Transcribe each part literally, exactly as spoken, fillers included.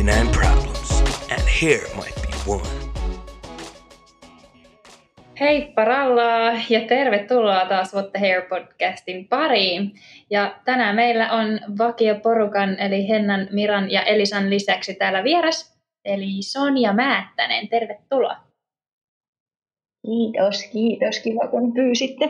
ninety-nine problems, and here might be one. Heippa rallaa ja tervetuloa taas What the Hair podcastin pariin. Ja tänään meillä on vakioporukan eli Hennan, Miran ja Elisan lisäksi täällä vieras, eli Sonja Määttänen. Tervetuloa. Kiitos, kiitos. Kiva kun pyysitte.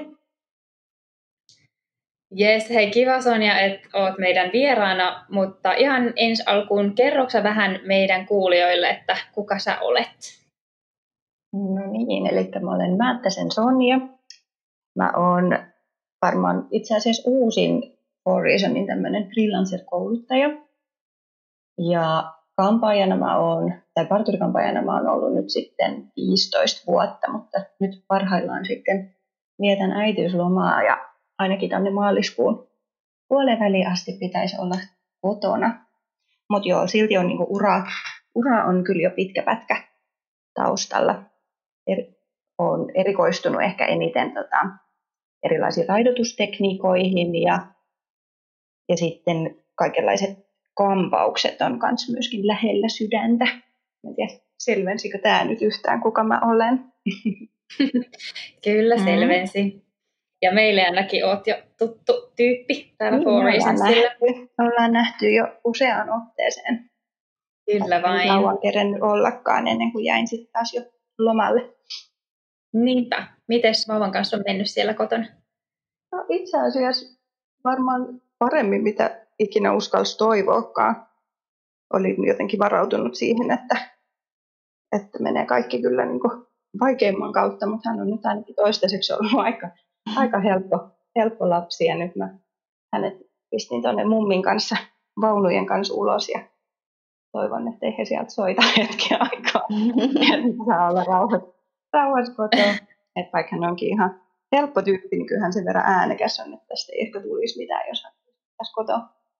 Jes, hei kiva Sonja, että oot meidän vieraana, mutta ihan ensi alkuun kerroksä vähän meidän kuulijoille, että kuka sä olet? No niin, eli mä olen Määttäsen Sonja. Mä oon varmaan itse asiassa uusin Four Reasonin tämmöinen freelancer-kouluttaja. Ja kampaajana mä oon, tai parturikampaajana mä oon ollut nyt sitten viisitoista vuotta, mutta nyt parhaillaan sitten vietän äitiyslomaa ja ainakin tänne maaliskuun puolen väliin asti pitäisi olla kotona. Mutta joo, silti on niinku ura, ura on kyllä jo pitkä pätkä taustalla. Er, olen erikoistunut ehkä eniten tota, erilaisiin raidotustekniikoihin ja, ja sitten kaikenlaiset kampaukset on kans myöskin lähellä sydäntä. En tiedä, selvensikö tämä nyt yhtään, kuka mä olen? Kyllä selvensi. Ja meille ainakin oot jo tuttu tyyppi täällä niin, Four Reasonsilla. Ollaan nähty jo useaan otteeseen. Kyllä vain. En kauan kerennyt ollakaan ennen kuin jäin sitten taas jo lomalle. Niinpä. Mites vauvan kanssa on mennyt siellä kotona? No, itse asiassa varmaan paremmin, mitä ikinä uskalsi toivoakaan. Olin jotenkin varautunut siihen, että, että menee kaikki kyllä niin kuin vaikeimman kautta, mutta hän on nyt ainakin toistaiseksi ollut aika, aika helppo, helppo lapsi. Ja nyt mä hänet pistin tuonne mummin kanssa, vaunujen kanssa ulos ja toivon, että ei he sieltä soita hetken aikaa. Ja saa olla rauhassa, rauhassa kotoa. Että vaikka hän onkin ihan helppo tyyppi, niin kyllähän sen verran äänekäs on, että tästä ei ehkä tulisi mitään, jos hän tässä kotoa.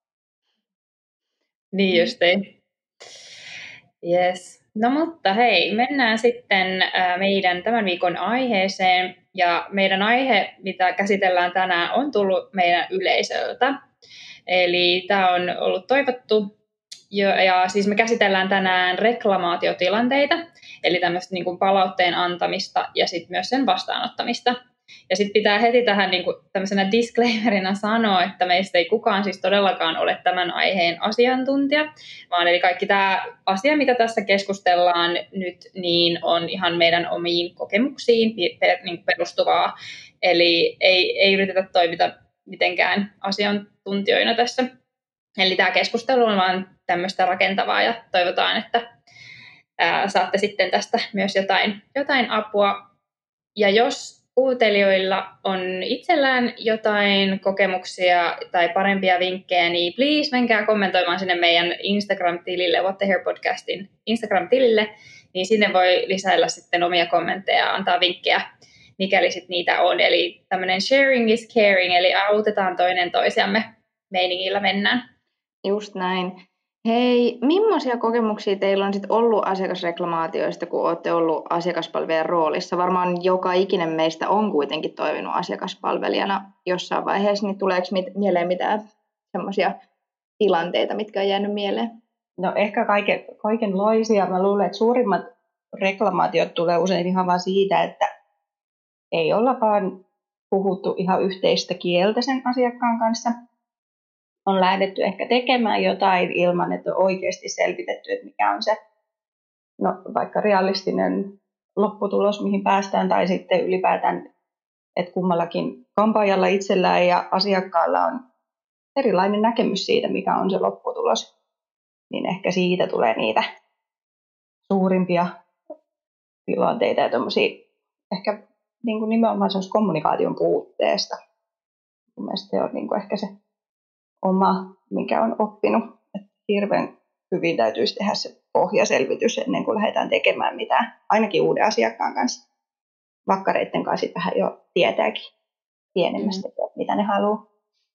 Niin justiin. Yes. No mutta hei, mennään sitten äh, meidän tämän viikon aiheeseen. Ja meidän aihe, mitä käsitellään tänään, on tullut meidän yleisöltä. Eli tämä on ollut toivottu. Ja, ja siis me käsitellään tänään reklamaatiotilanteita, eli tämmöistä niin kuin palautteen antamista ja sitten myös sen vastaanottamista. Ja sitten pitää heti tähän niin kuin tämmöisenä disclaimerina sanoa, että meistä ei kukaan siis todellakaan ole tämän aiheen asiantuntija, vaan eli kaikki tämä asia, mitä tässä keskustellaan nyt, niin on ihan meidän omiin kokemuksiin perustuvaa. Eli ei, ei yritetä toimita mitenkään asiantuntijoina tässä. Eli tämä keskustelu on vaan tämmöistä rakentavaa ja toivotaan, että ää, saatte sitten tästä myös jotain, jotain apua. Ja jos kuuntelijoilla on itsellään jotain kokemuksia tai parempia vinkkejä, niin please menkää kommentoimaan sinne meidän Instagram-tilille, What the Hair podcastin Instagram-tilille, niin sinne voi lisäillä sitten omia kommentteja ja antaa vinkkejä, mikäli sitten niitä on. Eli tämmöinen sharing is caring, eli autetaan toinen toisiamme meiningillä mennään. Just näin. Hei, millaisia kokemuksia teillä on sit ollut asiakasreklamaatioista, kun olette ollut asiakaspalvelijan roolissa? Varmaan joka ikinen meistä on kuitenkin toiminut asiakaspalvelijana jossain vaiheessa, niin tuleeko mieleen mitään semmoisia tilanteita, mitkä on jäänyt mieleen? No ehkä kaiken, kaikenlaisia. Mä luulen, että suurimmat reklamaatiot tulee usein ihan vaan siitä, että ei olla vaan puhuttu ihan yhteistä kieltä sen asiakkaan kanssa. On lähdetty ehkä tekemään jotain ilman, että on oikeasti selvitetty, että mikä on se no, vaikka realistinen lopputulos, mihin päästään, tai sitten ylipäätään, että kummallakin kampaajalla itsellään ja asiakkaalla on erilainen näkemys siitä, mikä on se lopputulos. Niin ehkä siitä tulee niitä suurimpia tilanteita ja tommosia, ehkä niin kuin nimenomaan semmoista kommunikaation puutteesta. Mun mielestä se on niin kuin ehkä se oma, mikä on oppinut. Että hirveän hyvin täytyisi tehdä se pohjaselvitys ennen kuin lähdetään tekemään mitään. Ainakin uuden asiakkaan kanssa. Vakkareiden kanssa vähän jo tietääkin pienemmästi, mm. mitä ne haluaa.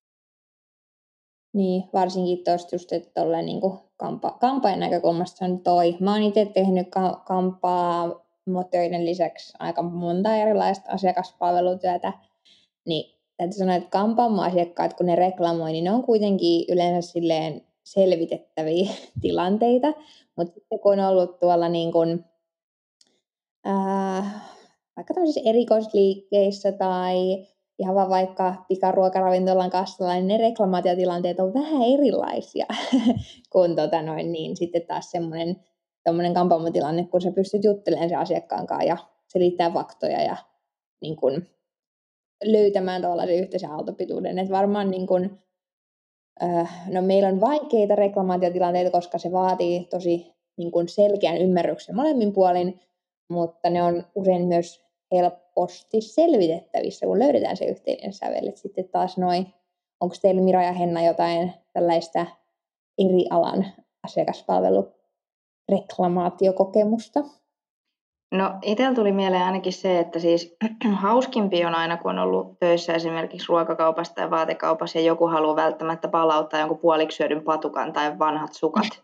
Niin, varsinkin tuosta just, että tolleen niin kuin kampa, kampaajan näkökulmasta on toi. Mä oon itse tehnyt ka- kampaa töiden lisäksi aika monta erilaista asiakaspalvelutyötä, niin täytyy sanoa, että kampaamo-asiakkaat, kun ne reklamoi, niin ne on kuitenkin yleensä silleen selvitettäviä tilanteita, Mutta sitten kun on ollut tuolla niin kun, ää, vaikka tämmöisissä erikoisliikkeissä tai ihan vaan vaikka pikaruokaravintolan kassalla, niin ne reklamaatiotilanteet on vähän erilaisia kuin tota noin, niin sitten taas semmoinen tommoinen kampaamotilanne, kun sä pystyt juttelemaan sen asiakkaan kanssa ja selittämään faktoja ja niin kun, löytämään tuollaisen yhteisen aaltopituuden. Et varmaan niin kun, äh, no meillä on vaikeita reklamaatiotilanteita, koska se vaatii tosi niin kun selkeän ymmärryksen molemmin puolin, mutta ne on usein myös helposti selvitettävissä, kun löydetään se yhteinen sävel. Et sitten taas noin, onko teillä Mira ja Henna jotain tällaista eri alan asiakaspalvelureklamaatiokokemusta? No itsellä tuli mieleen ainakin se, että siis hauskimpi on aina, kun on ollut töissä esimerkiksi ruokakaupassa tai vaatekaupassa ja joku haluaa välttämättä palauttaa jonkun puoliksi syödyn patukan tai vanhat sukat.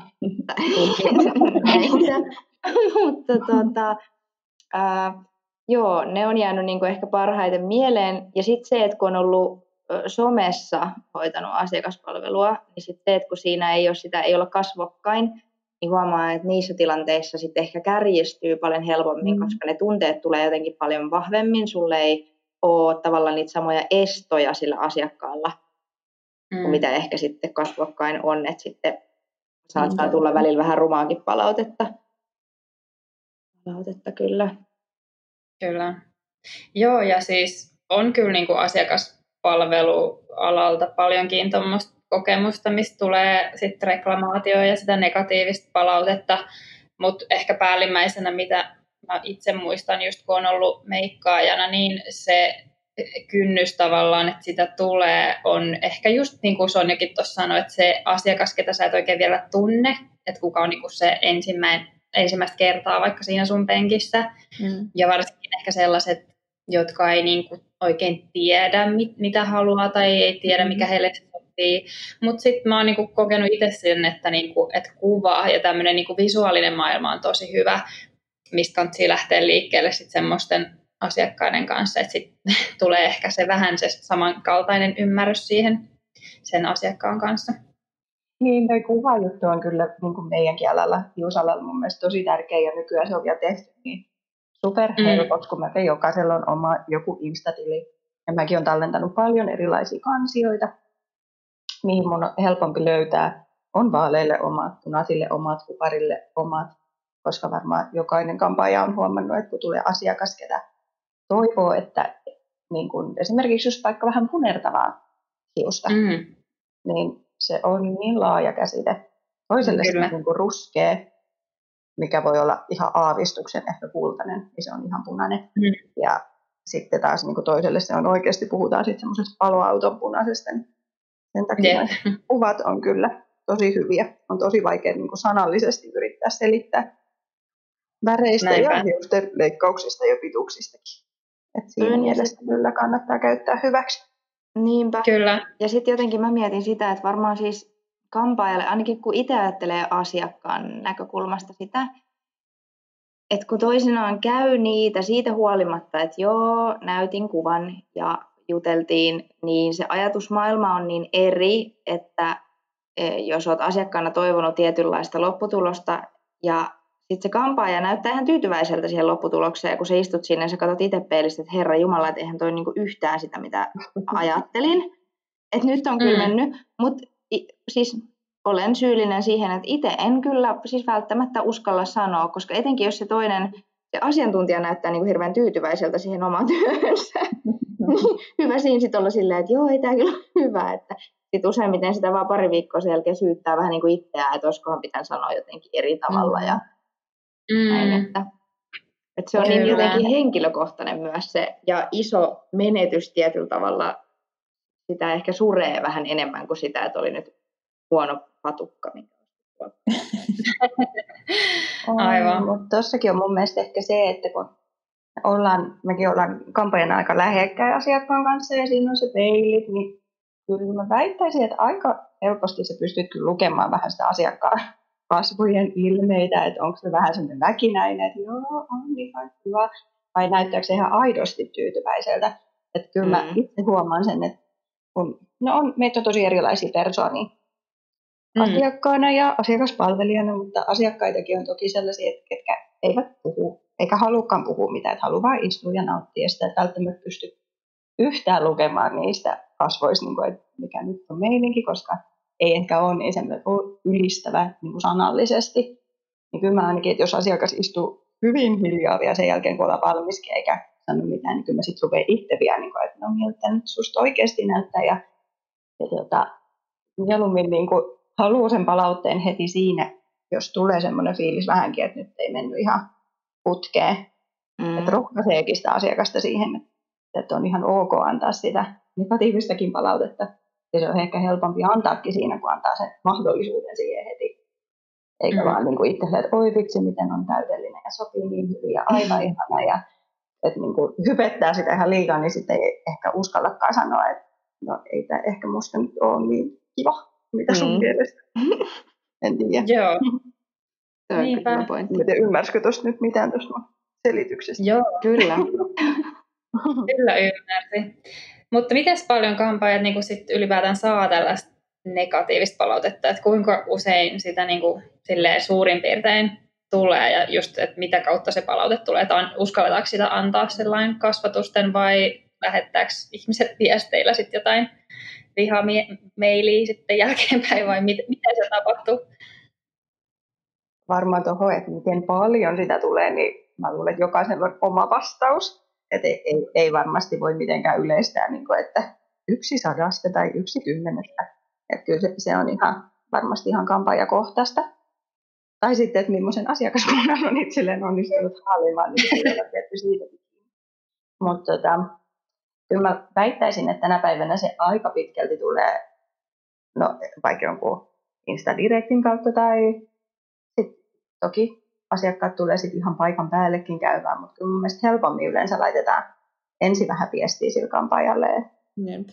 Mutta tota, ää, joo, ne on jäänyt niinku ehkä parhaiten mieleen. Ja sitten se, että kun on ollut somessa hoitanut asiakaspalvelua, niin sitten se, että kun siinä ei ole sitä, ei olla kasvokkain, niin huomaa, että niissä tilanteissa sitten ehkä kärjistyy paljon helpommin, mm. koska ne tunteet tulee jotenkin paljon vahvemmin. Sulle ei ole tavallaan niitä samoja estoja sillä asiakkaalla, mm. kuin mitä ehkä sitten kasvokkain on, että sitten saattaa mm. tulla välillä vähän rumaakin palautetta. Palautetta kyllä. Kyllä. Joo, ja siis on kyllä niin kuin asiakaspalvelualalta paljonkin tuommoista kokemusta, mistä tulee sitten reklamaatio ja sitä negatiivista palautetta, mutta ehkä päällimmäisenä, mitä mä itse muistan, just kun on ollut meikkaajana, niin se kynnys tavallaan, että sitä tulee, on ehkä just niin kuin Sonjakin tuossa sanoi, että se asiakas, ketä sä et oikein vielä tunne, että kuka on niin kuin se ensimmäinen, ensimmäistä kertaa vaikka siinä sun penkissä, mm. ja varsinkin ehkä sellaiset, jotka ei niin kuin oikein tiedä, mit, mitä haluaa tai ei tiedä, mikä heille sopii. Mutta sitten mä oon niin kuin kokenut itse sen, että, niin kuin, että kuva ja tämmöinen niin kuin visuaalinen maailma on tosi hyvä, mistä kannattaa lähteä liikkeelle sitten semmoisten asiakkaiden kanssa, että sitten tulee ehkä se vähän se samankaltainen ymmärrys siihen sen asiakkaan kanssa. Niin, toi kuvajuttu on kyllä niin kuin meidänkin alalla, hiusalalla mun mielestä tosi tärkeä, ja nykyään se on vielä tehty niin superhelpoksi, mm. kun mä jokaisella on oma joku Insta-tili, ja mäkin olen tallentanut paljon erilaisia kansioita, mihin mun on helpompi löytää. On vaaleille omat, punaisille omat, kuparille omat, koska varmaan jokainen kampaaja on huomannut, että kun tulee asiakas, ketä toivoo, että niin kun esimerkiksi just vaikka vähän punertavaa hiusta, mm. niin se on niin laaja käsite. Toiselle se on niin kuin ruskea, mikä voi olla ihan aavistuksen ehkä kultainen, niin se on ihan punainen. Mm. Ja sitten taas niin kuin toiselle se on oikeasti, puhutaan sitten semmoisesta paloauton punaisesta. Sen takia yeah. kuvat on kyllä tosi hyviä. On tosi vaikea niin kuin sanallisesti yrittää selittää väreistä Näinpä. ja hiusten leikkauksista ja pituuksistakin. Et siinä mm, mielessä sit... kyllä kannattaa käyttää hyväksi. Niinpä. Kyllä. Ja sitten jotenkin mä mietin sitä, että varmaan siis kampaajalle, ainakin kun itse ajattelee asiakkaan näkökulmasta sitä, että kun toisinaan käy niitä siitä huolimatta, että joo, näytin kuvan ja juteltiin, niin se ajatusmaailma on niin eri, että jos olet asiakkaana toivonut tietynlaista lopputulosta ja sitten se kampaaja näyttää ihan tyytyväiseltä siihen lopputulokseen, ja kun sä istut siinä ja sä katsot itse peilistä, että herra jumala, että eihän toi niinku yhtään sitä, mitä ajattelin. Että nyt on kyllä mm. mennyt, mutta siis olen syyllinen siihen, että itse en kyllä siis välttämättä uskalla sanoa, koska etenkin jos se toinen, se asiantuntija näyttää niinku hirveän tyytyväiseltä siihen omaan työhönsä, niin hyvä siinä sitten olla silleen, että joo, ei tämä kyllä ole hyvä, että sitten useimmiten sitä vaan pari viikkoa sen jälkeen syyttää vähän niin kuin itseään, että olisikohan pitänyt sanoa jotenkin eri tavalla ja Mm. Näin, että, että se on niin jotenkin henkilökohtainen myös se, ja iso menetys tietyllä tavalla, sitä ehkä suree vähän enemmän kuin sitä, että oli nyt huono patukka. Aivan. Mutta tuossakin on mun mielestä ehkä se, että kun ollaan, mekin ollaan kampanjana aika lähekkäin asiakkaan kanssa ja siinä on se peilit, niin kyllä mä väittäisin, että aika helposti sä pystyt kyllä lukemaan vähän sitä asiakkaan kasvojen ilmeitä, että onko se vähän sellainen väkinäinen, että joo, on ihan hyvä, vai näyttääkö se ihan aidosti tyytyväiseltä. Että kyllä mm. mä itse huomaan sen, että kun, no on, meitä on tosi erilaisia persoonia, mm. asiakkaana ja asiakaspalvelijana, mutta asiakkaitakin on toki sellaisia, että ketkä eivät puhu, eikä halukkaan puhua mitään, että haluaa vain istua ja nauttia, ja sitä ei välttämättä pysty yhtään lukemaan niistä kasvoista, niin kuin, että mikä nyt on meininki, koska ei ehkä ole niin semmoinen ylistävä niin kuin sanallisesti. Niin kyllä mä ainakin, että jos asiakas istuu hyvin hiljaa vielä sen jälkeen, kun ollaan valmiskin, eikä sano mitään, niin kyllä mä sitten rupean itse vielä, niin kuin, että no miltä nyt susta oikeasti näyttää. Ja, ja tota, mieluummin niin kuin haluaa sen palautteen heti siinä, jos tulee semmoinen fiilis vähänkin, että nyt ei mennyt ihan putkeen. Mm. Että rohkaiseekin sitä asiakasta siihen, että on ihan ok antaa sitä negatiivistakin palautetta. Ja se on ehkä helpompi antaakin siinä, kun antaa sen mahdollisuuden siihen heti. Eikä mm. vaan niin kuin itse että oi vitsi, miten on täydellinen ja sopii niin hyvin ja aivan ihana. Ja että niin kuin hypettää sitä ihan liikaa, niin sitten ei ehkä uskallakaan sanoa, että no ei tämä ehkä musta nyt ole niin kiva, mitä sun mm. mielestä. En tiedä. Joo. Se on hyvä pointti. Miten ymmärsikö tuosta nyt mitään tuosta selityksestä? Joo, kyllä. Kyllä ymmärsin. Mutta miten paljon kampaajat niin sit ylipäätään saa tällaista negatiivista palautetta, että kuinka usein sitä niin kuin, silleen, suurin piirtein tulee ja just, että mitä kautta se palaute tulee, että uskalletaanko sitä antaa sellainen kasvatusten vai lähettääkö ihmiset viesteillä sitten jotain vihameilia sitten jälkeenpäin vai miten, miten se tapahtuu? Varmaan tuohon, että miten paljon sitä tulee, niin mä luulen, että jokaisella on oma vastaus. Että ei, ei, ei varmasti voi mitenkään yleistää, niin kuin, että yksi sadasta tai yksi kymmenestä. Että kyllä se, se on ihan, varmasti ihan kampaajakohtaista. Tai sitten, että millaisen asiakaskunnan on itselleen onnistunut hallimaan, niin se on tietty siitäkin. Mutta tota, kyllä mä väittäisin, että tänä päivänä se aika pitkälti tulee, no vaikka jonkun Insta-direktin kautta tai sitten toki asiakkaat tulee sitten ihan paikan päällekin käymään, mutta kyllä mun mielestä helpommin yleensä laitetaan ensin vähän viestiä sille kampaajalle. Jep.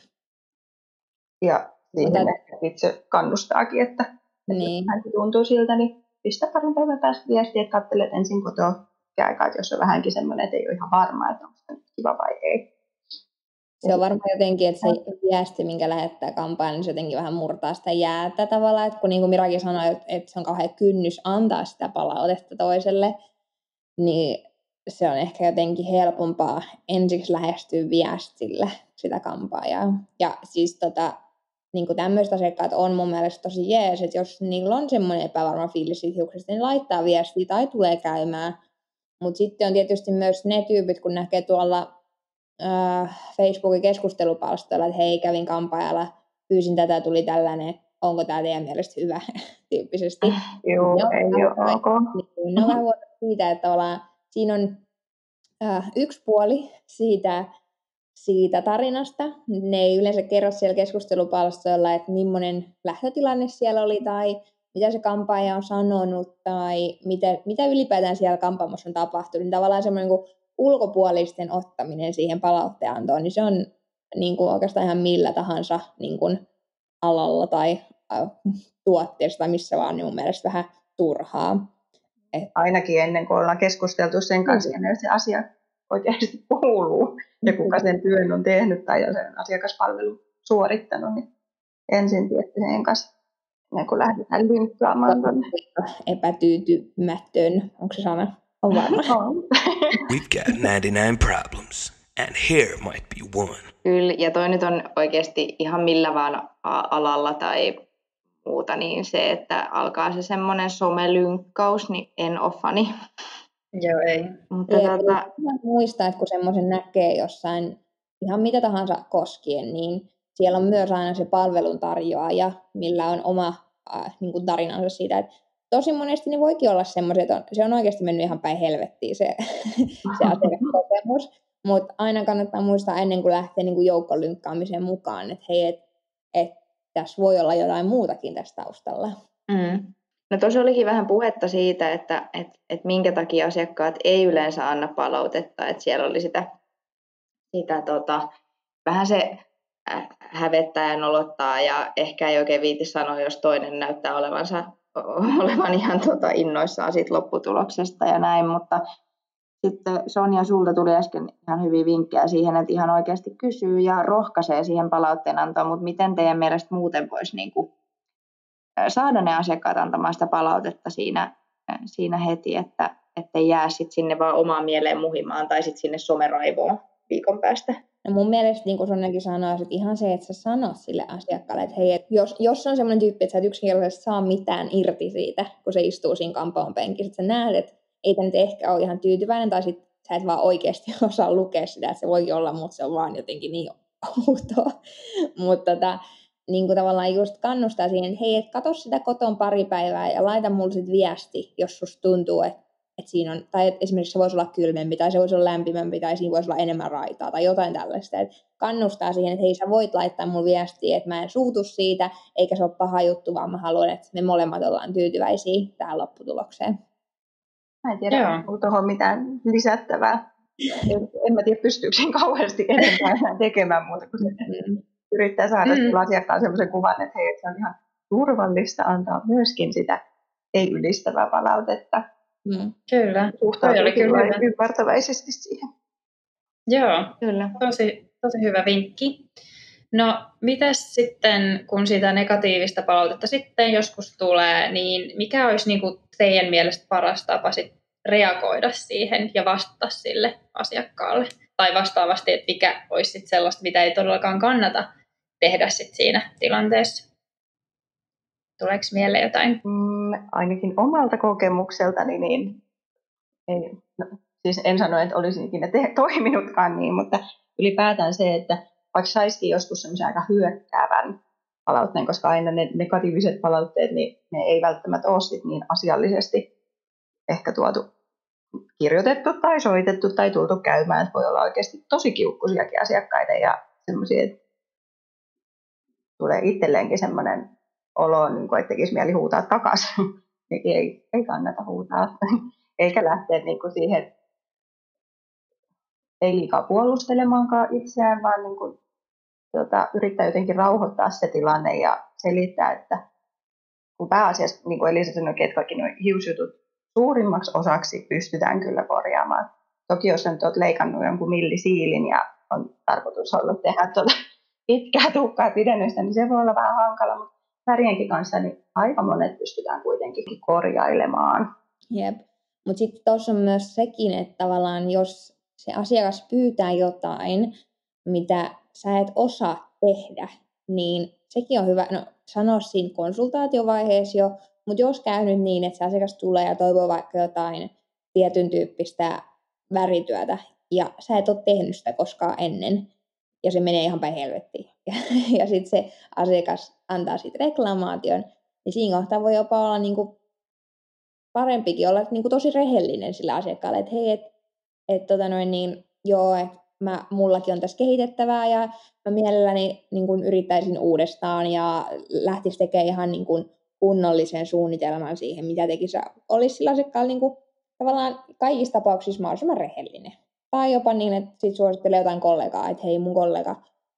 Ja siihen Ota... ehkä itse kannustaakin, että niin. Hänkin tuntuu siltä, niin pistä parin päivän päästä viestiä, että katselet ensin kotoa aikaa, että jos on vähänkin semmoinen, että ei ole ihan varma, että onko se kiva vai ei. Se on varmaan jotenkin, että se viesti, minkä lähettää kampaajalle, niin se jotenkin vähän murtaa sitä jäätä tavallaan, että kun niin kuin Mirakin sanoi, että se on kauhean kynnys antaa sitä palautetta toiselle, niin se on ehkä jotenkin helpompaa ensiksi lähestyä viestillä sitä kampaajaa. Ja siis tota, niin kuin tämmöiset asiakkaat on mun mielestä tosi jees, että jos niillä on semmoinen epävarma fiilis siitä hiuksesta, niin laittaa viestiä tai tulee käymään. Mutta sitten on tietysti myös ne tyypit, kun näkee tuolla Facebookin keskustelupalstoilla, että hei, kävin kampaajalla, pyysin tätä, tuli tällainen, onko tämä teidän mielestä hyvä, tyyppisesti. Joo, ei ole ok. Niin, ne on vähän huolta siitä, että ollaan, siinä on äh, yksi puoli siitä, siitä tarinasta. Ne ei yleensä kerro siellä keskustelupalstoilla, että millainen lähtötilanne siellä oli, tai mitä se kampaaja on sanonut, tai mitä, mitä ylipäätään siellä kampaamossa on tapahtunut. Niin tavallaan semmoinen kuin ulkopuolisten ottaminen siihen palautteenantoon, niin se on niin kuin oikeastaan ihan millä tahansa niin kuin alalla tai äh, tuotteessa tai missä vaan, niin mun mielestä vähän turhaa. Et... Ainakin ennen kuin ollaan keskusteltu sen kanssa, mm. että se asia oikeasti kuuluu, ja kuka sen työn on tehnyt tai sen asiakaspalvelun suorittanut, niin ensin tietty sen kanssa, ennen kuin lähdetään lynkkaamaan tuonne. Epätyytymättön, onko se sana? On varma. We've got ninety-nine problems, and here might be one. Kyllä, ja toi nyt on oikeasti ihan millä vaan alalla tai muuta, niin se, että alkaa se semmoinen somelynkkaus, niin en ole fani. Joo, ei. Mutta ei, tota... muistaa, että kun semmoisen näkee jossain ihan mitä tahansa koskien, niin siellä on myös aina se palveluntarjoaja, millä on oma äh, niin kuin tarinansa siitä, että tosi monesti ne voikin olla semmoisia, että on, se on oikeasti mennyt ihan päin helvettiin se, se asiakaskokemus, mutta aina kannattaa muistaa ennen kuin lähtee niin kuin joukkolynkkaamiseen mukaan, että hei, että et, tässä voi olla jotain muutakin tässä taustalla. Mm. No tuossa olikin vähän puhetta siitä, että et, et minkä takia asiakkaat ei yleensä anna palautetta, että siellä oli sitä, sitä tota, vähän se hävettää ja nolottaa ja ehkä ei oikein viiti sanoa, jos toinen näyttää olevansa olevan ihan tota innoissaan siitä lopputuloksesta ja näin, mutta sitten Sonja, sulta tuli äsken ihan hyviä vinkkejä siihen, että ihan oikeasti kysyy ja rohkaisee siihen palautteen antoon, mutta miten teidän mielestä muuten voisi niin kuin, saada ne asiakkaat antamaan sitä palautetta siinä, siinä heti, että ettei jää sit sinne vaan omaan mieleen muhimaan tai sit sinne someraivoon viikon päästä. No mun mielestä, niin kuin Sonjakin sanoo, että ihan se, että sä sanot sille asiakkaalle, että hei, et jos, jos on semmoinen tyyppi, että sä et yksinkertaisesti saa mitään irti siitä, kun se istuu siinä kampaon penkissä, että sä näet, että ei tämä nyt ehkä ole ihan tyytyväinen, tai sit sä et vaan oikeasti osaa lukea sitä, että se voi olla, mutta se on vaan jotenkin niin outoa. Mutta tota, niin kuin tavallaan just kannustaa siihen, että hei, et katso sitä koton pari päivää ja laita mulle sit viesti, jos susta tuntuu, että että siinä on, tai esimerkiksi se voisi olla kylmempi, tai se voisi olla lämpimämpi, tai siinä voisi olla enemmän raitaa, tai jotain tällaista. Et kannustaa siihen, että hei, sä voit laittaa mulle viestiä, että mä en suutu siitä, eikä se ole paha juttu, vaan mä haluan, että me molemmat ollaan tyytyväisiä tähän lopputulokseen. Mä en tiedä, onko tuohon mitään lisättävää. En, en mä tiedä, pystyykö sen kauheasti enempää tekemään muuta, kun se mm. yrittää saada mm. asiakkaan sellaisen kuvan, että hei, että se on ihan turvallista antaa myöskin sitä ei-ylistävää palautetta. Mm. Kyllä. Suhtautuu kyllä ymmärtäväisesti siihen. Joo, kyllä. Tosi, tosi hyvä vinkki. No, mitäs sitten, kun sitä negatiivista palautetta sitten joskus tulee, niin mikä olisi niin kuin teidän mielestä paras tapa sit reagoida siihen ja vastata sille asiakkaalle? Tai vastaavasti, että mikä olisi sit sellaista, mitä ei todellakaan kannata tehdä sit siinä tilanteessa? Tuleeko mieleen jotain? Mm, ainakin omalta kokemukseltani, niin ei, no, siis en sano, että olisin ikinä te- toiminutkaan niin, mutta ylipäätään se, että vaikka saisikin joskus semmoisen aika hyökkäävän palautteen, koska aina ne negatiiviset palautteet, niin ne ei välttämättä ole sit niin asiallisesti ehkä tuotu kirjoitettu tai soitettu tai tultu käymään, että voi olla oikeasti tosi kiukkuisiakin asiakkaita ja semmoisia, että tulee itselleenkin semmoinen olo, niin kuin, että tekisi mieli huutaa takaisin, niin ei, ei kannata huutaa, eikä lähteä niin kuin siihen, ei liikaa puolustelemaankaan itseään, vaan niin kuin, tuota, yrittää jotenkin rauhoittaa se tilanne ja selittää, että kun pääasiassa, niin kuin Elisa sanoi, että kaikki nuo hiusjutut suurimmaksi osaksi pystytään kyllä korjaamaan. Toki jos nyt olet leikannut jonkun millisiilin ja on tarkoitus ollut tehdä tuota pitkää tukkaa pidennystä, niin se voi olla vähän hankala, mutta värienkin kanssa niin aika monet pystytään kuitenkin korjailemaan. Jep, mutta sitten tuossa on myös sekin, että tavallaan jos se asiakas pyytää jotain, mitä sä et osaa tehdä, niin sekin on hyvä no, sanoa siinä konsultaatiovaiheessa jo, mutta jos käy nyt niin, että se asiakas tulee ja toivoo vaikka jotain tietyn tyyppistä värityötä, ja sä et ole tehnyt sitä koskaan ennen, ja se menee ihan päin helvettiin, ja, ja sitten se asiakas antaa siitä reklamaation, niin siinä kohtaa voi jopa olla niinku parempikin olla niinku tosi rehellinen sillä asiakkaalle, että hei, että et, tota noin niin, joo, että mä, mullakin on tässä kehitettävää, ja mä mielelläni niin kun yrittäisin uudestaan, ja lähtisi tekemään ihan niin kun kunnollisen suunnitelman siihen, mitä tekisi. Olisi sillä asiakkaalla niin kun, tavallaan kaikissa tapauksissa mahdollisimman rehellinen. Tai jopa niin, että sit suosittelee jotain kollegaa, että hei, mun kollega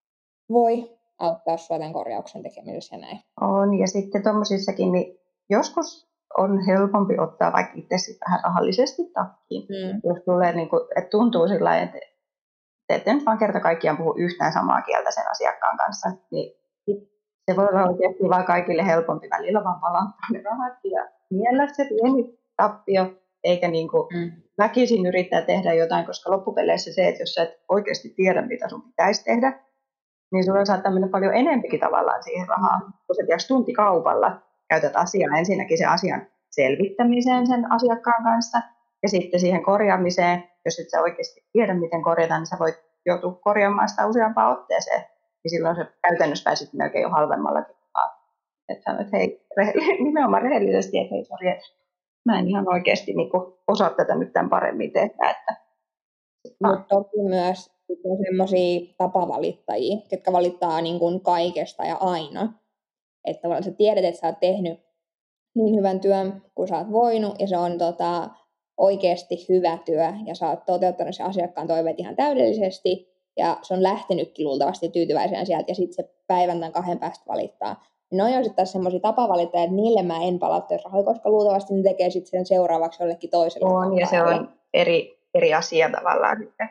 voi auttaa sua tämän korjauksen tekemisessä ja näin. On, ja sitten tuommoisissakin, niin joskus on helpompi ottaa vaikka itse sitten vähän rahallisesti takkiin. Mm. Jos tulee, niin kuin, että tuntuu sillä lailla, että te ette nyt vaan kerta kaikkiaan puhu yhtään samaa kieltä sen asiakkaan kanssa, niin se voi olla oikeasti vaan kaikille helpompi välillä vaan palauttaa ne rahat ja miellä se pieni tappio, eikä niin kuin mm. väkisin yrittää tehdä jotain, koska loppupeleissä se, että jos sä et oikeasti tiedä, mitä sun pitäisi tehdä, niin sulla saattaa mennä paljon enempikin tavallaan siihen rahaan, kun sä tiedätkö tuntikaupalla käytät asiaa ensinnäkin sen asian selvittämiseen sen asiakkaan kanssa ja sitten siihen korjaamiseen. Jos et sä oikeasti tiedä, miten korjataan, niin sä voit joutua korjaamaan sitä useampaan otteeseen. Ja silloin se käytännössä pääsit melkein jo halvemmallakin. Että sanoit, että hei, rehell- nimenomaan rehellisesti, että hei, sori, että mä en ihan oikeasti niin kuin osaa tätä nyt tämän paremmin tehdä. Että... Mutta toki myös on semmoisia tapavalittajia, jotka valittaa niin kuin kaikesta ja aina. Että tavallaan sä tiedät, että sä oot tehnyt niin hyvän työn kuin sä oot voinut, ja se on tota, oikeasti hyvä työ, ja sä oot toteuttanut sen asiakkaan toiveet ihan täydellisesti, ja se on lähtenytkin luultavasti tyytyväisenä sieltä, ja sitten se päivän tai kahden päästä valittaa. No on sitten taas semmoisia tapavalittajia, että niille mä en palauttaisi rahoja, koska luultavasti ne tekee sitten sen seuraavaksi jollekin toiselle. On, ja se on eri, eri asia tavallaan sitten.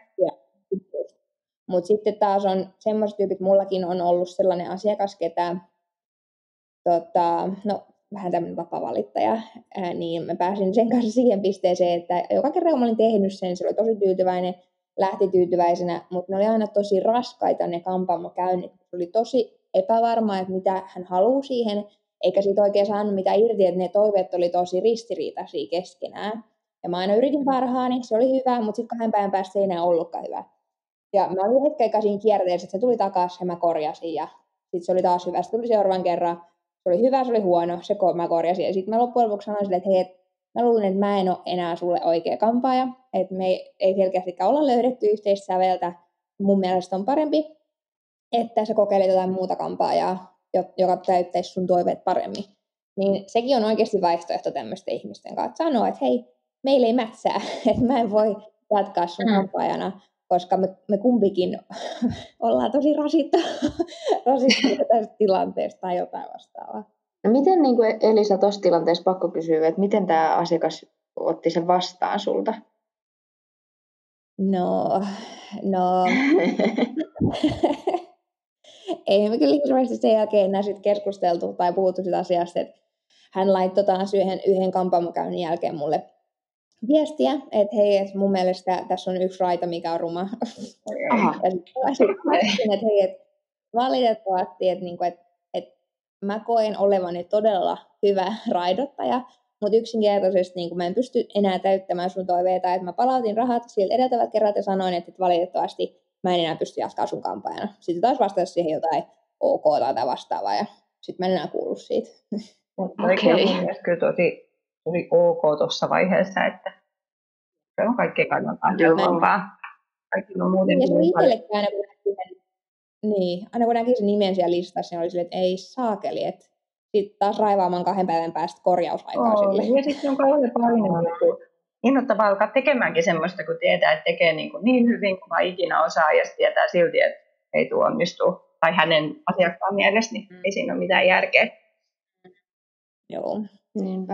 Mutta sitten taas on semmoiset tyypit, mullakin on ollut sellainen asiakas, ketä, tota, no vähän tämmöinen vapaa-valittaja, ää, niin mä pääsin sen kanssa siihen pisteeseen, että joka kerran kun mä olin tehnyt sen, se oli tosi tyytyväinen, lähti tyytyväisenä, mutta ne oli aina tosi raskaita ne kampaamokäynnit. Se oli tosi epävarmaa, että mitä hän haluaa siihen, eikä siitä oikein saanut mitään irti, että ne toiveet oli tosi ristiriitaisia keskenään. Ja mä aina yritin parhaani, se oli hyvä, mutta sitten kahden päivän päästä se ei enää ollutkaan hyvä. Ja mä olin hetken aikaa siinä kierteessä, että se tuli takaisin ja mä korjasin ja sitten se oli taas hyvä. Sitten tuli seuraavan kerran, se oli hyvä, se oli huono, se mä korjasin. Ja sitten mä loppujen lopuksi sanoin sille, että hei, et, mä luulen, että mä en ole enää sulle oikea kampaaja, että me ei, ei selkeästikään olla löydetty yhteistä säveltä. Mun mielestä on parempi, että sä kokeilet jotain muuta kampaajaa, joka täyttäisi sun toiveet paremmin. Niin sekin on oikeasti vaihtoehto tämmöisten ihmisten kanssa, että sanoo, että hei, meillä ei mätsää, että mä en voi jatkaa sun mm. kampaajana, koska me, me kumpikin ollaan tosi rasittuneita tästä tilanteesta tai jotain vastaavaa. No miten niin kuin Elisa tuossa tilanteessa pakko kysyä, että miten tämä asiakas otti sen vastaan sulta? No, no... Ei me kyllä hirveästi sen jälkeen enää sit keskusteltu tai puhuttu sitä asiasta, että hän laittoi taas yhden, yhden kampaamokäynnin jälkeen mulle viestiä, että hei, et mun mielestä tässä on yksi raita, mikä on ruma. Ja sitten että hei, et valitettavasti, että niinku, et, et mä koen olevani todella hyvä raidottaja, mutta yksinkertaisesti niin mä en pysty enää täyttämään sun toiveita, että mä palautin rahat siltä edeltävät kerrat ja sanoin, että valitettavasti mä en enää pysty jatkaa sun kampaajana. Sitten taas vastasi siihen jotain ok tai vastaavaa ja sitten mä en enää kuullut siitä. Oikein okay. Mun mielestä kyllä tosi, tosi ok tuossa vaiheessa, että se on kaikkein kannaltaan helpompaa. Kaikki on muuten. Ja se itsellekään aina kun näki sen, niin, aina kun näki sen nimen siellä listassa, niin oli silleen, että ei saakeli, että sitten taas raivaamaan kahden päivän päästä korjausaikaa oh, sille. Ja sitten on kauhean paljon innoittavaa alkaa tekemäänkin semmoista, kun tietää, että tekee niin, kuin niin hyvin kuin vaan ikinä osaa ja tietää silti, että ei tuo onnistu. Tai hänen asiakkaan mielestä, niin mm. ei siinä ole mitään järkeä. Joo. Niinpä.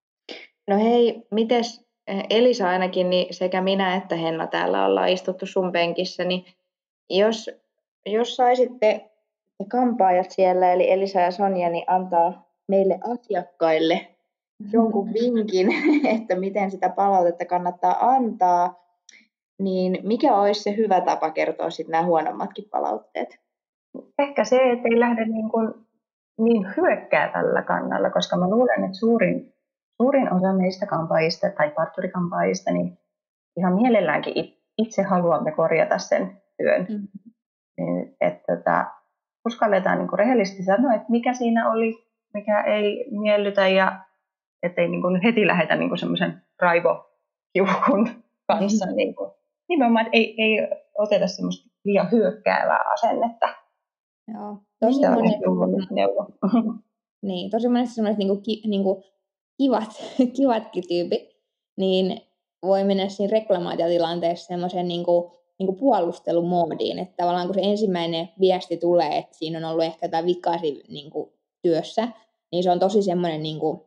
No hei, mites Elisa ainakin, niin sekä minä että Henna täällä ollaan istuttu sun penkissä, niin jos, jos saisitte kampaajat siellä, eli Elisa ja Sonja, niin antaa meille asiakkaille jonkun vinkin, että miten sitä palautetta kannattaa antaa, niin mikä olisi se hyvä tapa kertoa sitten nämä huonommatkin palautteet? Ehkä se, että ei lähde niin, kuin niin hyökkää tällä kannalla, koska mä luulen, että suurin, suurin osa meistä kampaajista tai parturikampaajista, niin ihan mielelläänkin itse haluamme korjata sen työn. Mm-hmm. Että tota, uskalletaan niin kuin rehellisesti sanoa, että mikä siinä oli, mikä ei miellytä ja ettei niin kuin heti lähdetä niin kuin semmoisen raivokiukun kanssa. Mm-hmm. Niin kuin, nimenomaan, että ei, ei oteta semmoista liian hyökkäävää asennetta. Joo, tosi monesti, neuvo. Niin, tosi monesti semmoiset niinku, ki, niinku, kivat, kivatkin tyypit, niin voi mennä siinä reklamaatiotilanteessa semmoisen niinku, niinku puolustelumoodiin, että tavallaan kun se ensimmäinen viesti tulee, että siinä on ollut ehkä jotain vikaa niinku, työssä, niin se on tosi semmoinen niinku,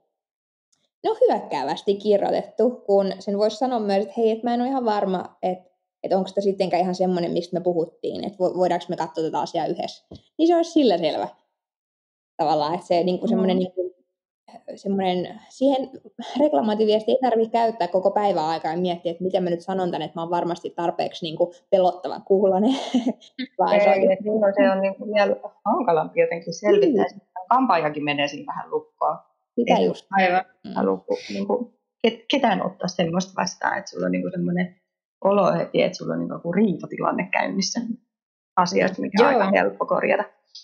no hyökkäävästi kirjoitettu, kun sen voisi sanoa myös, että hei, että mä en ole ihan varma, että että onko sitä sittenkään ihan semmoinen, mistä me puhuttiin, että voidaanko me katsoa tätä asiaa yhdessä. Niin se olisi sillä selvä tavallaan, että se niinku semmoinen, niinku, semmoinen, siihen reklamaativiesti ei tarvitse käyttää koko päivän aikaa ja miettiä, että miten mä nyt sanon tänne, että mä oon varmasti tarpeeksi niinku pelottavan kuulonen. Ei, se on, se on niinku vielä hankalampi jotenkin selvittää, että kampaajakin menee siinä vähän lukkoon. Sitä just. Aivan. Halukku, niinku, ketään ottaa semmoista vastaan, että sulla on niinku semmoinen olo heti, että sulla on niin kuin riitatilanne käynnissä asioista, mikä on Joo. aika helppo korjata.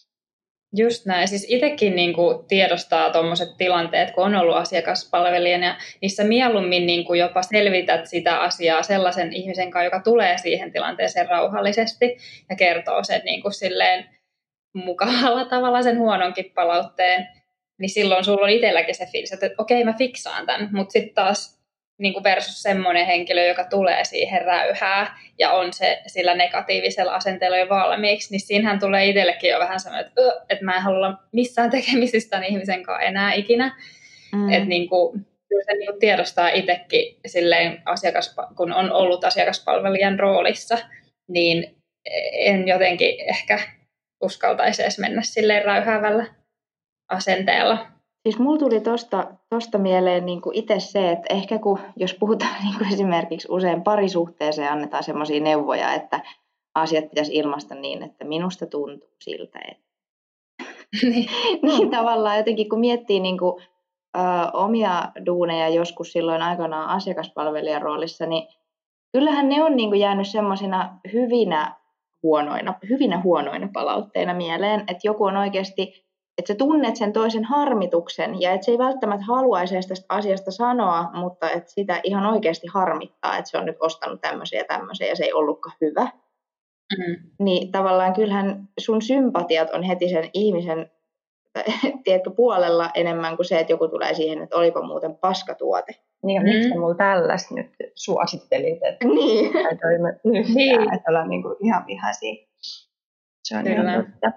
Just näin. Siis itsekin niin kuin tiedostaa tuommoiset tilanteet, kun on ollut asiakaspalvelijana, ja niissä mieluummin niin kuin jopa selvität sitä asiaa sellaisen ihmisen kanssa, joka tulee siihen tilanteeseen rauhallisesti ja kertoo sen niin kuin silleen mukavalla tavalla sen huononkin palautteen, niin silloin sulla on itselläkin se fiilis, että okei, mä fiksaan tämän, mutta sitten taas niin kuin versus semmoinen henkilö, joka tulee siihen räyhää ja on se sillä negatiivisella asenteella jo valmiiksi, niin siinähän tulee itsellekin jo vähän semmoinen, että, että mä en halua olla missään tekemisistä tämän ihmisen kanssa enää ikinä. Mm. Että niin kuin, kyllä se niin kuin tiedostaa itsekin silleen, asiakas, kun on ollut asiakaspalvelijan roolissa, niin en jotenkin ehkä uskaltaisi edes mennä silleen räyhäävällä asenteella Siis mulla tuli tosta, tosta mieleen niin kuin itse se, että ehkä kun, jos puhutaan niin kuin esimerkiksi usein parisuhteeseen, annetaan semmoisia neuvoja, että asiat pitäisi ilmaista niin, että minusta tuntuu siltä. Että... niin tavallaan jotenkin kun miettii niin kuin, ö, omia duuneja joskus silloin aikanaan asiakaspalvelijan roolissa, niin kyllähän ne on niin kuin jäänyt semmoisina hyvinä huonoina, hyvinä huonoina palautteina mieleen, että joku on oikeasti, että sä tunnet sen toisen harmituksen ja että se ei välttämättä haluaisi edes tästä asiasta sanoa, mutta että sitä ihan oikeasti harmittaa, että se on nyt ostanut tämmöisen ja tämmöisen ja se ei ollutkaan hyvä. Mm. Niin tavallaan kyllähän sun sympatiat on heti sen ihmisen tiedätkö, puolella enemmän kuin se, että joku tulee siihen, että olipa muuten paskatuote. Niin ja mm. miksi mulla tällaista nyt suosittelit, että niin. ei toimi yhtään, niin. Että ollaan niinku ihan vihaisia. Se on Kyllä. ihan totta.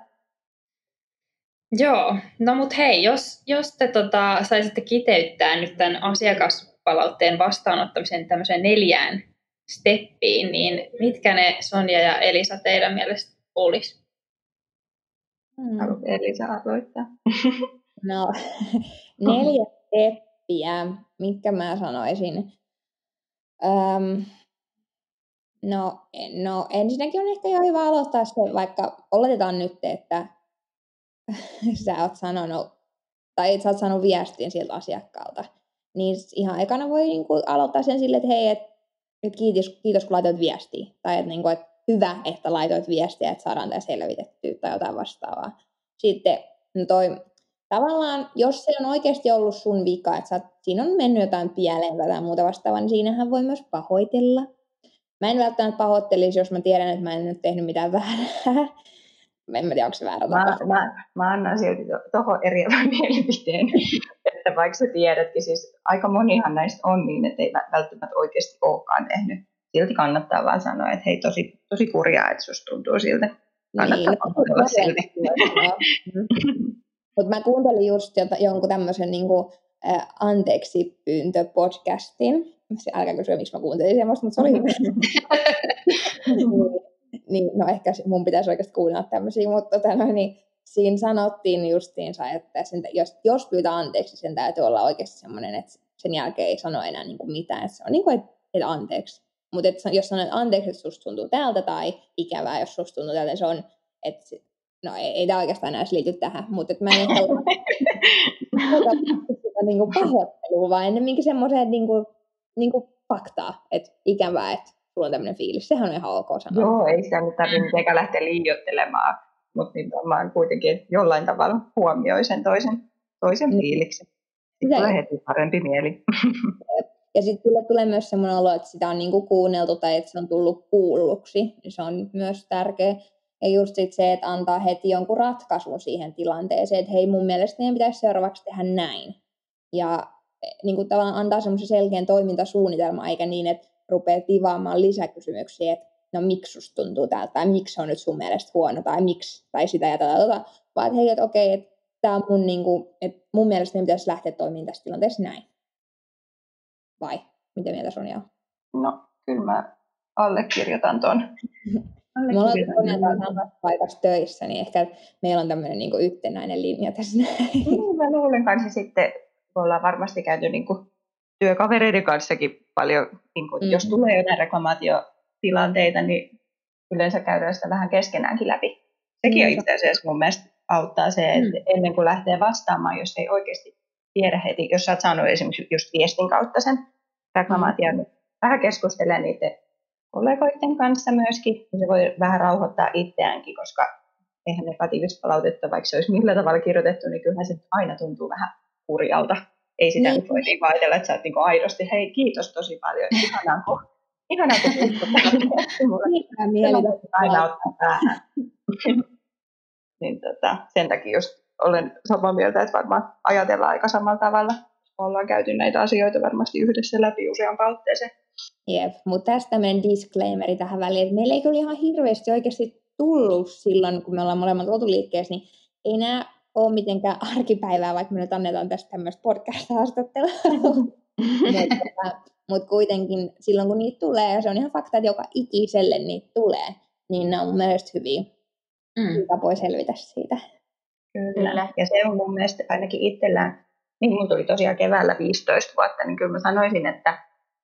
Joo, no mut hei, jos, jos te tota, saisitte kiteyttää nyt tämän asiakaspalautteen vastaanottamisen tämmöiseen neljään steppiin, niin mitkä ne Sonja ja Elisa teidän mielestä olisi? Hmm. Haluatko Elisa aloittaa? No, neljä steppiä, mitkä mä sanoisin. Öm, no, no, ensinnäkin on ehkä jo hyvä aloittaa se, vaikka oletetaan nyt, että sä oot sanonut, tai sä oot saanut viestin sieltä asiakkaalta, niin ihan ekana voi niinku aloittaa sen silleen, että hei, et, et kiitos, kiitos kun laitoit viestiä, tai että niinku, et hyvä, että laitoit viestiä, että saadaan tämä selvitettyä, tai jotain vastaavaa. Sitten no toi, tavallaan, jos se on oikeasti ollut sun vika, että sä, siinä on mennyt jotain pieleen tai muuta vastaavaa, niin siinähän voi myös pahoitella. Mä en välttämättä pahoittelisi, jos mä tiedän, että mä en nyt tehnyt mitään väärää. En mä tiedä, onko se väärä mä, tapa. mä, mä annan silti tuohon to, eriävän mielipiteen, että vaikka sä tiedätkin, siis aika monihan näistä on niin, että ei välttämättä oikeasti olekaan tehnyt. Silti kannattaa vaan sanoa, että hei, tosi, tosi kurjaa, että susta tuntuu siltä. Kannattaa niin, pahoitella silti. Mutta mä kuuntelin just jota, jonkun tämmöisen niinku, äh, anteeksi pyyntö podcastin. Älkää kysyä, miksi mä kuuntelin semmoista, mutta se oli hyvä. niin, niin, no ehkä mun pitäisi oikeasti kuunnella tämmöisiä, mutta tota, no, niin, siinä sanottiin justiinsa, että sen, jos, jos pyytää anteeksi, sen täytyy olla oikeasti semmoinen, että sen jälkeen ei sano enää niinku mitään. Että se on niin kuin, että, että anteeksi. Mutta jos sanoo, että anteeksi, että susta tuntuu täältä, tai ikävää, jos susta tuntuu täältä, niin se on, että no ei, ei tämä oikeastaan enää liity tähän, mutta mä en ehkä ole sitä niinku pahoittelua, vaan ennemminkin semmoiseen niinku, niinku faktaa, että ikävää, että sulla on tämmöinen fiilis. Sehän on ihan ok sanoa. Joo, ei sitä nyt tarvitse mitenkään lähteä liioittelemaan, mutta niin varmaan kuitenkin jollain tavalla huomioi sen toisen, toisen mm. fiiliksen. Sitten tulee heti parempi mieli. Ja sitten tulee, tulee myös semmoinen olo, että sitä on niinku kuunneltu tai että se on tullut kuulluksi. Se on myös tärkeä. Ja just sit se, että antaa heti jonkun ratkaisun siihen tilanteeseen, että hei, mun mielestä meidän pitäisi seuraavaksi tehdä näin. Ja niin kuin tavallaan antaa semmoisen selkeän toimintasuunnitelman, eikä niin, että rupeaa tivaamaan lisäkysymyksiä, että no miksi susta tuntuu täältä, tai miksi on nyt sun mielestä huono, tai miksi, tai sitä ja tätä, tota. Vaan että hei, että okei, että tää on mun, niin kuin, että mun mielestä meidän pitäisi lähteä toimimaan tässä tilanteessa näin. Vai? Mitä mieltä Sonja on? No, kyllä mä allekirjoitan ton. Me ollaan Sonjan kanssa samassa paikassa töissä, niin ehkä meillä on tämmöinen niin kuin yhtenäinen linja tässä näin. Niin, mä luulen kanssa sitten, ollaan varmasti käyty niin kuin työkavereiden kanssakin paljon, niin kuin, mm-hmm. jos tulee jotain reklamaatiotilanteita, niin yleensä käydään sitä vähän keskenäänkin läpi. Sekin mm-hmm. on itse asiassa mun mielestä auttaa se, että mm-hmm. ennen kuin lähtee vastaamaan, jos ei oikeasti tiedä heti, jos sä oot saanut esimerkiksi just viestin kautta sen reklamaation, mm-hmm. vähän keskustella niiden kollegoiden kanssa myöskin, niin se voi vähän rauhoittaa itseäänkin, koska eihän negatiivista palautetta, vaikka se olisi millä tavalla kirjoitettu, niin kyllähän se aina tuntuu vähän kurjalta. Ei sitä niin. Nyt voi niin ajatella, että sä oot niin aidosti, hei kiitos tosi paljon, ihanaa kun, ihanaa kun puhuttu tälle. Aina ottaa päähän. niin, tota, sen takia just olen samaa mieltä, että varmaan ajatellaan aika samalla tavalla. Ollaan käyty näitä asioita varmasti yhdessä läpi useampaan otteeseen. Jep, mutta tästä tämmöinen disclaimeri tähän väliin, että meillä ei kyllä ihan hirveästi oikeasti tullut silloin, kun me ollaan molemmat oltu liikkeessä, niin ei nämä ole mitenkään arkipäivää, vaikka me nyt annetaan tästä tämmöistä podcast-haastattelua. mutta, mutta kuitenkin silloin, kun niitä tulee, ja se on ihan fakta, että joka ikiselle niitä tulee, niin ne on mun mielestä hyviä mm. tapoja selvitä siitä. Kyllä, ja se on mun mielestä ainakin itsellään niin mulla tuli tosiaan keväällä viisitoista vuotta, niin kyllä mä sanoisin, että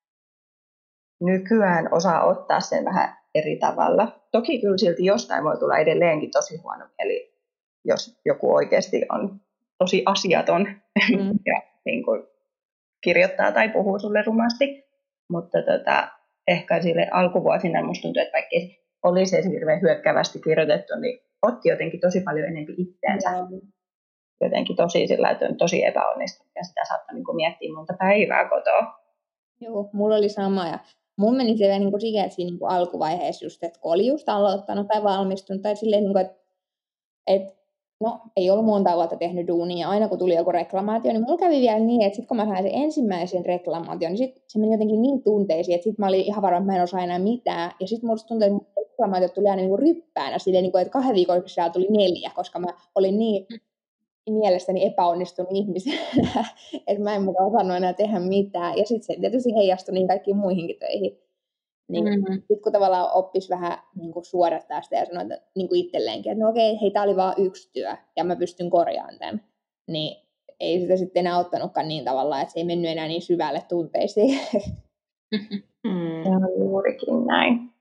nykyään osaa ottaa sen vähän eri tavalla. Toki kyllä silti jostain voi tulla edelleenkin tosi huono mieli, jos joku oikeasti on tosi asiaton mm. ja niin kuin kirjoittaa tai puhuu sulle rumasti. Mutta tota, ehkä sille alkuvuosina musta tuntuu, että vaikka olisi edes hirveän hyökkäävästi kirjoitettu, niin otti jotenkin tosi paljon enemmän itseänsä. Mm. Jotenkin tosi sillä, että on tosi epäonnistunut ja sitä saattaa niin kuin miettiä monta päivää kotoa. Joo, mulla oli sama ja mun meni se niin kuin siinä, että siinä niin kuin alkuvaiheessa just, että kun oli just aloittanut tai valmistunut tai silleen, niin kuin, että, että no ei ollut monta vuotta tehnyt duunia ja aina kun tuli joku reklamaatio, niin mulla kävi vielä niin, että sit kun mä sain sen ensimmäisen reklamaation, niin sit se meni jotenkin niin tunteisiin, että sit mä olin ihan varma, että mä en osaa enää mitään ja sit musta tuntui, että reklamaatiot tuli aina niin kuin ryppäänä silleen, niin kuin, että kahden viikon sisällä tuli neljä, koska mä olin niin mielestäni epäonnistunut ihmisenä, että mä en mukaan osannut enää tehdä mitään. Ja sitten se tietysti heijastui niin kaikkiin muihinkin töihin. Niin mm-hmm. Sitten kun tavallaan oppisi vähän niin kuin suodattaa sitä ja sanoa niin kuin itselleenkin, että no okei, hei, tää oli vaan yksi työ ja mä pystyn korjaamaan tämän. Niin ei sitä sitten enää ottanutkaan niin tavallaan, että se ei mennyt enää niin syvälle tunteisiin. Mm. Se on juurikin näin.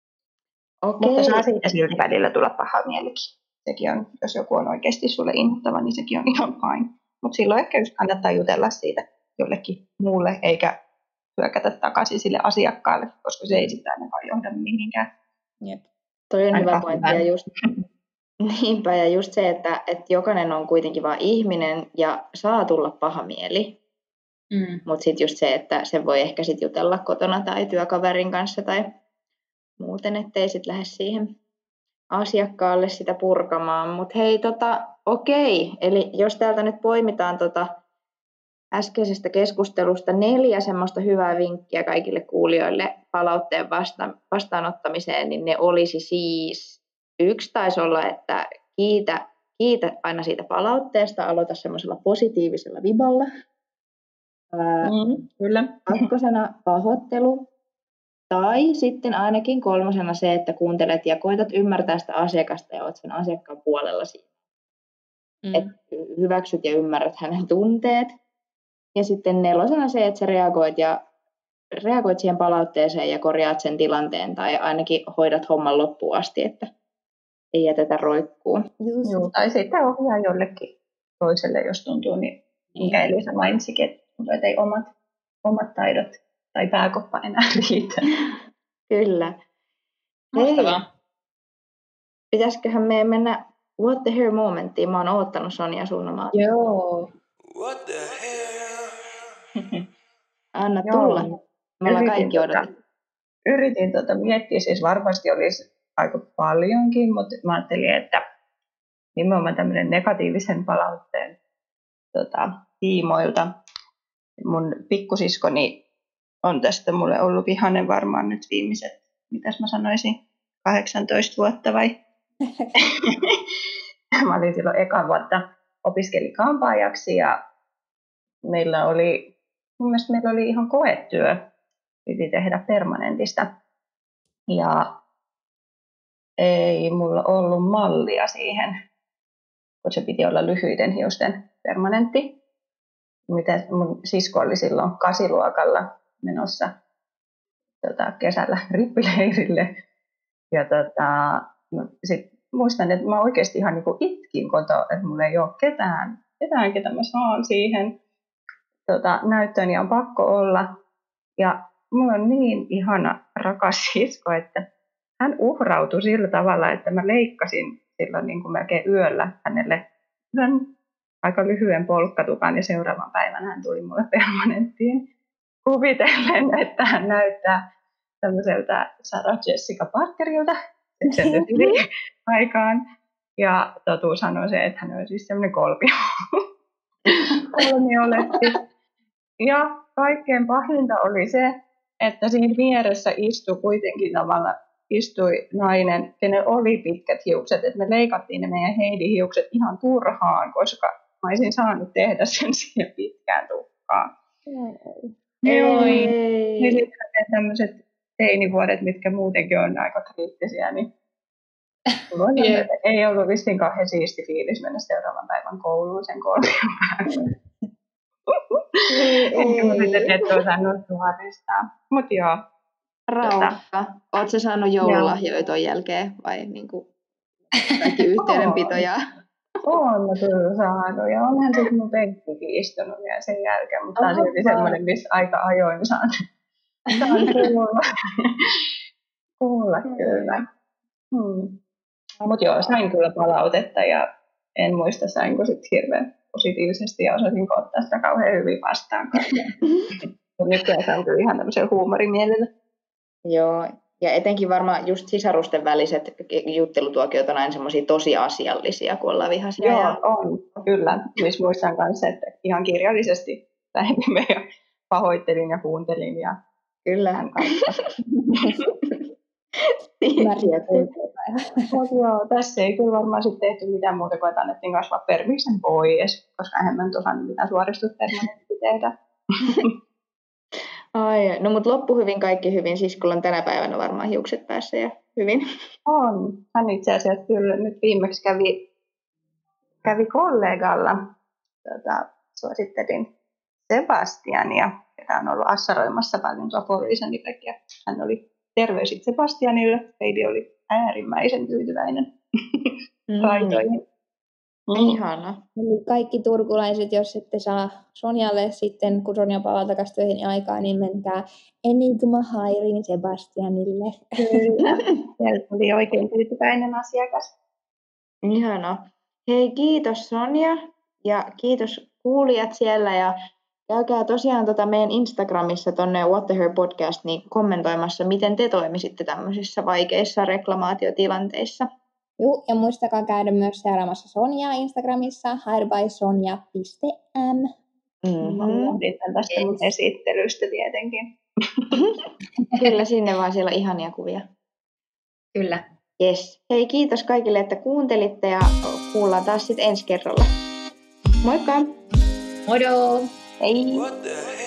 Okay. Mutta saa siitä silti välillä tulla paha mielikin. Sekin on, jos joku on oikeasti sulle innoittava, niin sekin on ihan fine. Mutta silloin ehkä just kannattaa jutella siitä jollekin muulle, eikä hyökätä takaisin sille asiakkaalle, koska se ei sitä ainakaan johda mihinkään. Jep. Toi on aika hyvä pointti. Ja just, niinpä, ja just se, että, että jokainen on kuitenkin vain ihminen ja saa tulla paha mieli. Mm. Mutta sitten just se, että se voi ehkä sit jutella kotona tai työkaverin kanssa tai muuten, ettei sitten lähde siihen asiakkaalle sitä purkamaan. Mutta hei, tota, okei. Eli jos täältä nyt poimitaan tota äskeisestä keskustelusta neljä semmoista hyvää vinkkiä kaikille kuulijoille palautteen vasta- vastaanottamiseen, niin ne olisi siis, yksi taisi olla, että kiitä, kiitä aina siitä palautteesta, aloita semmoisella positiivisella viballa. Mm, kyllä. Kakkosena pahoittelu. Tai sitten ainakin kolmosena se, että kuuntelet ja koetat ymmärtää sitä asiakasta ja olet sen asiakkaan puolella siinä. Mm. Että hyväksyt ja ymmärrät hänen tunteet. Ja sitten nelosena se, että sä reagoit, ja, reagoit siihen palautteeseen ja korjaat sen tilanteen tai ainakin hoidat homman loppuun asti, että ei jätetä roikkuun. Joo, tai sitten ohjaa jollekin toiselle, jos tuntuu, niin mikä Elisa mainitsikin, että ei omat, omat taidot tai pääkoppa enää riitä. Kyllä. Mahtavaa. Hei, pitäisiköhän me mennä what the hell -momenttiin? Mä oon oottanut Sonja sun omaa. Joo. What the hell? Anna tulla. Me ollaan kaikki tota, odotettu. Yritin tota miettiä, siis varmasti olisi aika paljonkin, mutta mä ajattelin, että nimenomaan tämmöinen negatiivisen palautteen tota, tiimoilta. Mun pikkusiskoni on tästä mulle ollut vihainen varmaan nyt viimeiset, mitäs mä sanoisin, kahdeksantoista vuotta vai? Mä olin silloin eka vuotta, opiskelin kampaajaksi ja meillä oli, mun mielestä meillä oli ihan koetyö, piti tehdä permanentista. Ja ei mulla ollut mallia siihen, kun se piti olla lyhyiden hiusten permanentti. Mitä mun sisko oli silloin kasiluokalla menossa tota, kesällä rippileirille. Ja tota, sit muistan, että mä oikeasti ihan niinku itkin kotoa, että mulla ei ole ketään, ketään ketä mä saan siihen tota, näyttöön ja on pakko olla. Ja mulla on niin ihana rakas sisko, että hän uhrautui sillä tavalla, että mä leikkasin silloin niin kuin melkein yöllä hänelle yhden aika lyhyen polkkatukan ja seuraavan päivän hän tuli mulle permanenttiin kuvitellen, että hän näyttää tämmöiseltä Sarah Jessica Parkerilta sen aikaan. Ja totuus sanoi se, että hän on siis semmoinen kolmio. kolmioletti. Ja kaikkein pahinta oli se, että siinä vieressä istui kuitenkin tavalla istui nainen, kenellä oli pitkät hiukset, että me leikattiin ne meidän Heidi-hiukset ihan turhaan, koska mä olisin saanut tehdä sen siihen pitkään tukkaan. Ei. Niin sitten tämmöiset teinivuodet, mitkä muutenkin on aika kriittisiä, niin yeah. Ei ollut vissiin kauhean siisti fiilis mennä seuraavan päivän kouluun sen kolmion päälle. Enkä mä sitten tiedä, että osannut suoristaa. Mut joo. Raukka. Ootko saanut joululahjoja ton jälkeen vai niinku kaikki yhteydenpitoja? Oon mä kyllä saanut ja onhan sitten mun penkkikin istunut vielä sen jälkeen, mutta tää on silti semmoinen, missä aika ajoin saan, saan kuulla. kuulla kyllä. Hmm. Mutta joo, sain kyllä palautetta ja en muista sainko sitten hirveän positiivisesti ja osasinko ottaa sitä kauhean hyvin vastaan. Mutta nykyään se on kyllä ihan tämmöisellä huumorimielellä. Joo, ja etenkin varmaan just sisarusten väliset juttelutuokiot on aina semmoisia tosi asiallisia, kun ollaan vihaisia. Joo, ja... on, kyllä. Myös muistan kanssa, että ihan kirjallisesti lähetimme ja pahoittelin ja kuuntelin. Ja kyllä. Mutta joo, tässä ei kyllä varmaan sitten tehty mitään muuta kuin, että annettiin kasvaa permiksen pois, koska enhän mä nyt osannut mitään suoristuspermanentti tehdä. Ai, no mutta loppu hyvin, kaikki hyvin, siskolla on tänä päivänä varmaan hiukset päässä ja hyvin. On, hän itse asiassa kyllä nyt viimeksi kävi, kävi kollegalla, tota, suosittelin Sebastiania, joka on ollut assaroimassa paljon tuo poliisen ja hän oli terveisit Sebastianille, Heidi oli äärimmäisen tyytyväinen mm. raitoihin. Mm. Ihana. Eli kaikki turkulaiset, jos ette saa Sonjalle sitten, kun Sonja palaa takaisin töihin aikaa, niin menkää Enigma Hairiin Sebastianille. Kyllä, sieltä oli oikein tyytyväinen asiakas. Ihana. Hei, kiitos Sonja ja kiitos kuulijat siellä ja käykää tosiaan tota meidän Instagramissa tonne What the Her podcast niin kommentoimassa, miten te toimisitte tämmöisissä vaikeissa reklamaatiotilanteissa. Joo, ja muistakaa käydä myös seuraamassa Sonjaa Instagramissa, hairbysonja piste m. Mm-hmm. Kiitän tästä mun esittelystä tietenkin. Kyllä, sinne vaan, siellä on ihania kuvia. Kyllä. Yes. Hei, kiitos kaikille, että kuuntelitte ja kuullaan taas sitten ensi kerralla. Moikka! Modo! Hei! What the